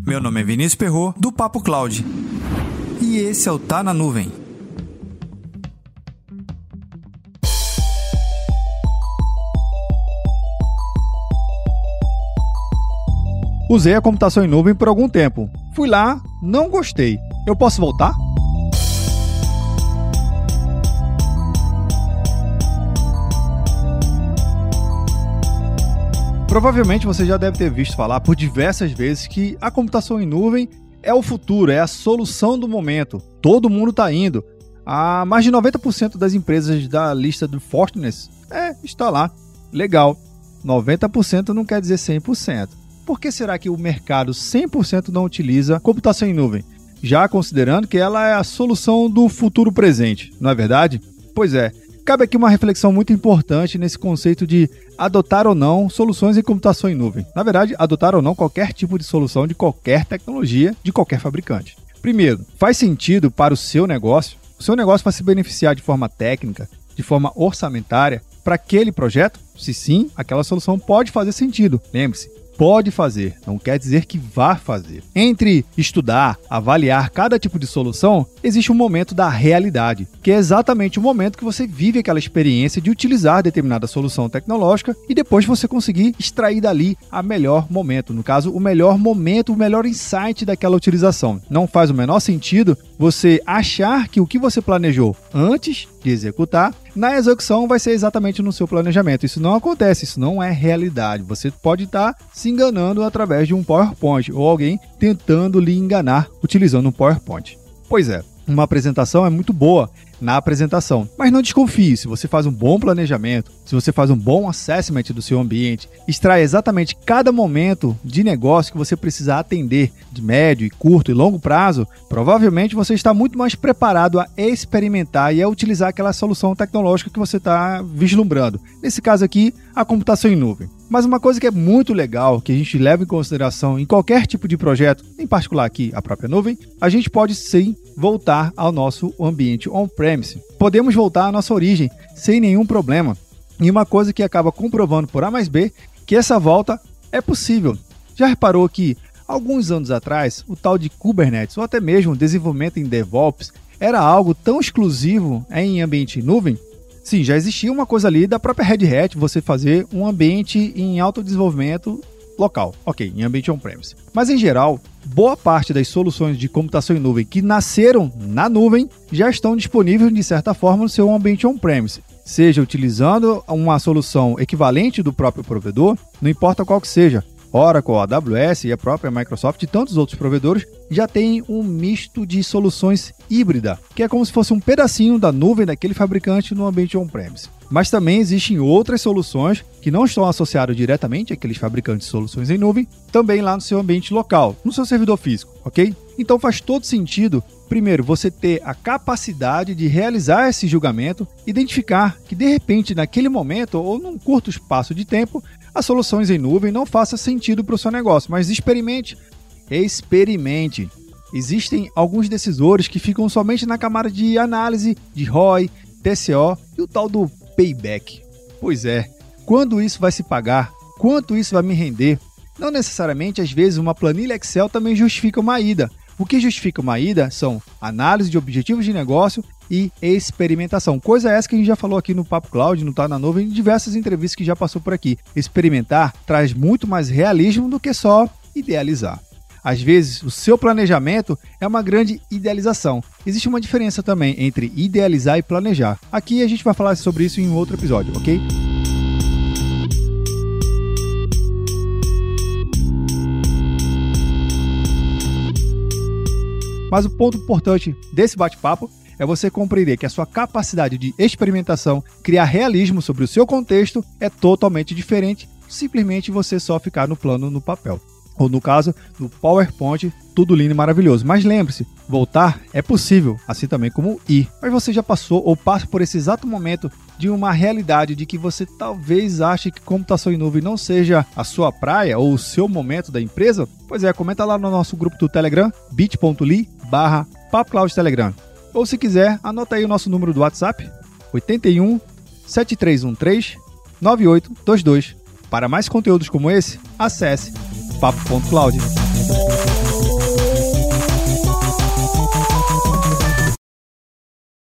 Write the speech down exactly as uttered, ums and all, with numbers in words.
Meu nome é Vinícius Perro, do Papo Cloud. E esse é o Tá na Nuvem. Usei a computação em nuvem por algum tempo. Fui lá, não gostei. Eu posso voltar? Provavelmente você já deve ter visto falar por diversas vezes que a computação em nuvem é o futuro, é a solução do momento. Todo mundo está indo. Ah, mais de noventa por cento das empresas da lista do Fortnite é, está lá. Legal. noventa por cento não quer dizer cem por cento. Por que será que o mercado cem por cento não utiliza computação em nuvem? Já considerando que ela é a solução do futuro presente, não é verdade? Pois é. Cabe aqui uma reflexão muito importante nesse conceito de adotar ou não soluções em computação em nuvem. Na verdade, adotar ou não qualquer tipo de solução de qualquer tecnologia, de qualquer fabricante. Primeiro, faz sentido para o seu negócio? O seu negócio vai se beneficiar de forma técnica, de forma orçamentária, para aquele projeto? Se sim, aquela solução pode fazer sentido. Lembre-se, pode fazer, não quer dizer que vá fazer. Entre estudar, avaliar cada tipo de solução, existe um momento da realidade, que é exatamente o momento que você vive aquela experiência de utilizar determinada solução tecnológica e depois você conseguir extrair dali a melhor momento. No caso, o melhor momento, o melhor insight daquela utilização. Não faz o menor sentido você achar que o que você planejou antes de executar, na execução vai ser exatamente no seu planejamento. Isso não acontece, isso não é realidade. Você pode estar se enganando através de um PowerPoint ou alguém tentando lhe enganar utilizando um PowerPoint. Pois é, uma apresentação é muito boa na apresentação, mas não desconfie. Se você faz um bom planejamento, se você faz um bom assessment do seu ambiente, extrai exatamente cada momento de negócio que você precisa atender de médio e curto e longo prazo, provavelmente você está muito mais preparado a experimentar e a utilizar aquela solução tecnológica que você está vislumbrando. Nesse caso aqui, a computação em nuvem. Mas uma coisa que é muito legal, que a gente leva em consideração em qualquer tipo de projeto, em particular aqui a própria nuvem, a gente pode sim voltar ao nosso ambiente on-premise. Podemos voltar à nossa origem sem nenhum problema. E uma coisa que acaba comprovando por A mais B, que essa volta é possível. Já reparou que alguns anos atrás, o tal de Kubernetes, ou até mesmo o desenvolvimento em DevOps, era algo tão exclusivo em ambiente em nuvem? Sim, já existia uma coisa ali da própria Red Hat, você fazer um ambiente em autodesenvolvimento local, ok, em ambiente on-premise. Mas em geral, boa parte das soluções de computação em nuvem que nasceram na nuvem já estão disponíveis de certa forma no seu ambiente on-premise. Seja utilizando uma solução equivalente do próprio provedor, não importa qual que seja. Oracle, A W S e a própria Microsoft e tantos outros provedores já têm um misto de soluções híbrida, que é como se fosse um pedacinho da nuvem daquele fabricante no ambiente on-premise. Mas também existem outras soluções que não estão associadas diretamente àqueles fabricantes de soluções em nuvem, também lá no seu ambiente local, no seu servidor físico, ok? Então faz todo sentido, primeiro, você ter a capacidade de realizar esse julgamento, identificar que de repente naquele momento ou num curto espaço de tempo, as soluções em nuvem não façam sentido para o seu negócio, mas experimente, experimente. Existem alguns decisores que ficam somente na camada de análise de R O I, T C O e o tal do payback. Pois é, quando isso vai se pagar? Quanto isso vai me render? Não necessariamente, às vezes, uma planilha Excel também justifica uma ida. O que justifica uma ida são análise de objetivos de negócio e experimentação. Coisa essa que a gente já falou aqui no Papo Cloud, no Tá na Nuvem, em diversas entrevistas que já passou por aqui. Experimentar traz muito mais realismo do que só idealizar. Às vezes, o seu planejamento é uma grande idealização. Existe uma diferença também entre idealizar e planejar. Aqui a gente vai falar sobre isso em um outro episódio, ok? Mas o ponto importante desse bate-papo é você compreender que a sua capacidade de experimentação, criar realismo sobre o seu contexto é totalmente diferente, simplesmente você só ficar no plano no papel. Ou no caso, no PowerPoint, tudo lindo e maravilhoso. Mas lembre-se, voltar é possível, assim também como ir. Mas você já passou ou passa por esse exato momento de uma realidade de que você talvez ache que computação em nuvem não seja a sua praia ou o seu momento da empresa? Pois é, comenta lá no nosso grupo do Telegram, bit.ly barra papocloudtelegram. Ou se quiser, anota aí o nosso número do WhatsApp, oito um, sete três um três, nove oito dois dois. Para mais conteúdos como esse, acesse papo ponto cloud.